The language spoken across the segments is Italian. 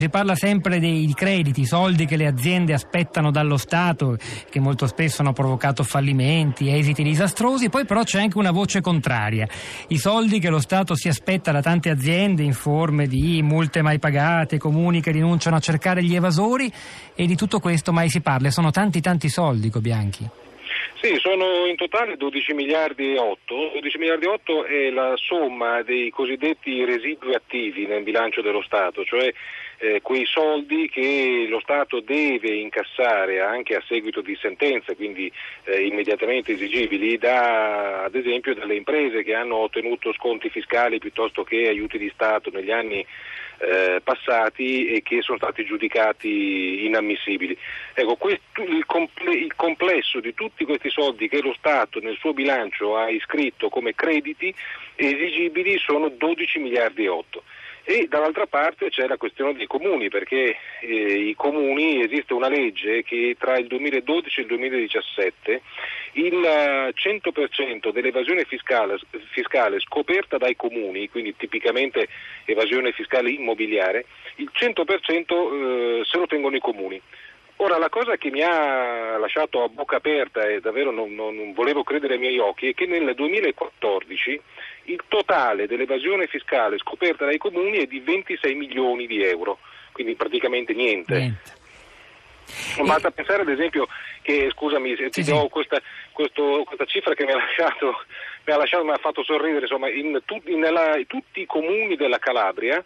Si parla sempre dei crediti, soldi che le aziende aspettano dallo Stato, che molto spesso hanno provocato fallimenti, esiti disastrosi. Poi però c'è anche una voce contraria: i soldi che lo Stato si aspetta da tante aziende in forme di multe mai pagate, comuni che rinunciano a cercare gli evasori, e di tutto questo mai si parla. Sono tanti soldi, Cobianchi. Sì, sono in totale 12 miliardi e 8. 12 miliardi e 8 è la somma dei cosiddetti residui attivi nel bilancio dello Stato, cioè quei soldi che lo Stato deve incassare anche a seguito di sentenze, quindi immediatamente esigibili, ad esempio dalle imprese che hanno ottenuto sconti fiscali piuttosto che aiuti di Stato negli anni passati e che sono stati giudicati inammissibili. Ecco, il complesso di tutti questi soldi che lo Stato nel suo bilancio ha iscritto come crediti esigibili sono 12 miliardi e 8. E dall'altra parte c'è la questione dei comuni, perché i comuni, esiste una legge che tra il 2012 e il 2017 il 100% dell'evasione fiscale scoperta dai comuni, quindi tipicamente evasione fiscale immobiliare, il 100% se lo tengono i comuni. Ora, la cosa che mi ha lasciato a bocca aperta e davvero non volevo credere ai miei occhi è che nel 2014 il totale dell'evasione fiscale scoperta dai comuni è di 26 milioni di euro, quindi praticamente niente. Basta pensare ad esempio che, scusami se ti do questa cifra che mi ha fatto sorridere, insomma, tutti i comuni della Calabria,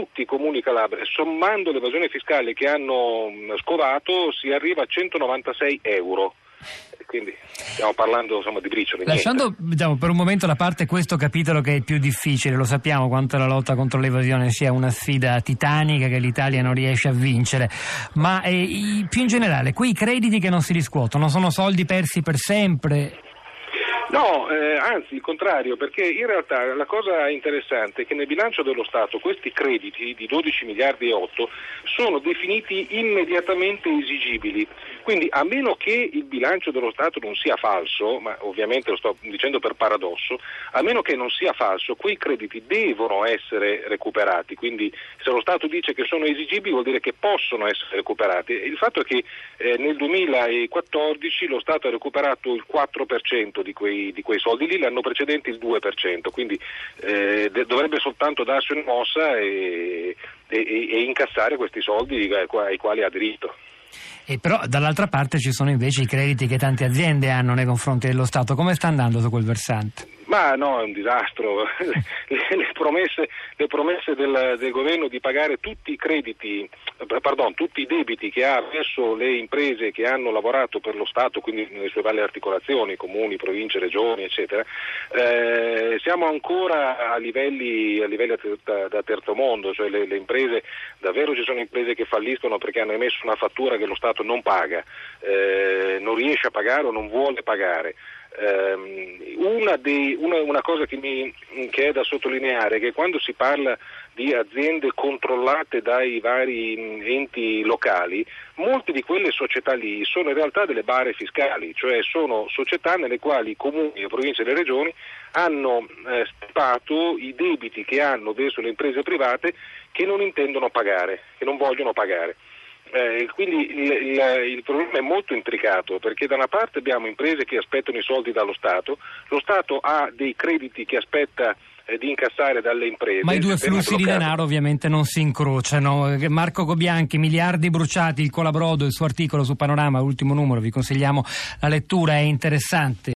sommando l'evasione fiscale che hanno scovato, si arriva a 196 euro. Quindi stiamo parlando di briciole. Lasciando per un momento da parte questo capitolo che è il più difficile, lo sappiamo quanto la lotta contro l'evasione sia una sfida titanica che l'Italia non riesce a vincere, ma più in generale, quei crediti che non si riscuotono sono soldi persi per sempre? No, anzi il contrario, perché in realtà la cosa interessante è che nel bilancio dello Stato questi crediti di 12 miliardi e 8 sono definiti immediatamente esigibili, quindi a meno che il bilancio dello Stato non sia falso, ma ovviamente lo sto dicendo per paradosso, a meno che non sia falso, quei crediti devono essere recuperati, quindi se lo Stato dice che sono esigibili vuol dire che possono essere recuperati. Il fatto è che nel 2014 lo Stato ha recuperato il 4% di quei soldi lì, l'anno precedente il 2%, quindi dovrebbe soltanto darsi una mossa e incassare questi soldi ai quali ha diritto. E però dall'altra parte ci sono invece i crediti che tante aziende hanno nei confronti dello Stato. Come sta andando su quel versante? Ma no, è un disastro. Le promesse del governo di pagare tutti i debiti che ha verso le imprese che hanno lavorato per lo Stato, quindi nelle sue varie articolazioni, comuni, province, regioni, eccetera, siamo ancora a livelli da terzo mondo, cioè le imprese, davvero ci sono imprese che falliscono perché hanno emesso una fattura che lo Stato non paga, non riesce a pagare o non vuole pagare. Una cosa che è da sottolineare è che quando si parla di aziende controllate dai vari enti locali, molte di quelle società lì sono in realtà delle bare fiscali, cioè sono società nelle quali i comuni, le province e le regioni hanno stipato i debiti che hanno verso le imprese private che non intendono pagare, che non vogliono pagare. Quindi il problema è molto intricato, perché da una parte abbiamo imprese che aspettano i soldi dallo Stato, lo Stato ha dei crediti che aspetta di incassare dalle imprese. Ma i due flussi di denaro ovviamente non si incrociano. Marco Cobianchi, miliardi bruciati, il colabrodo, il suo articolo su Panorama, ultimo numero, vi consigliamo la lettura, è interessante.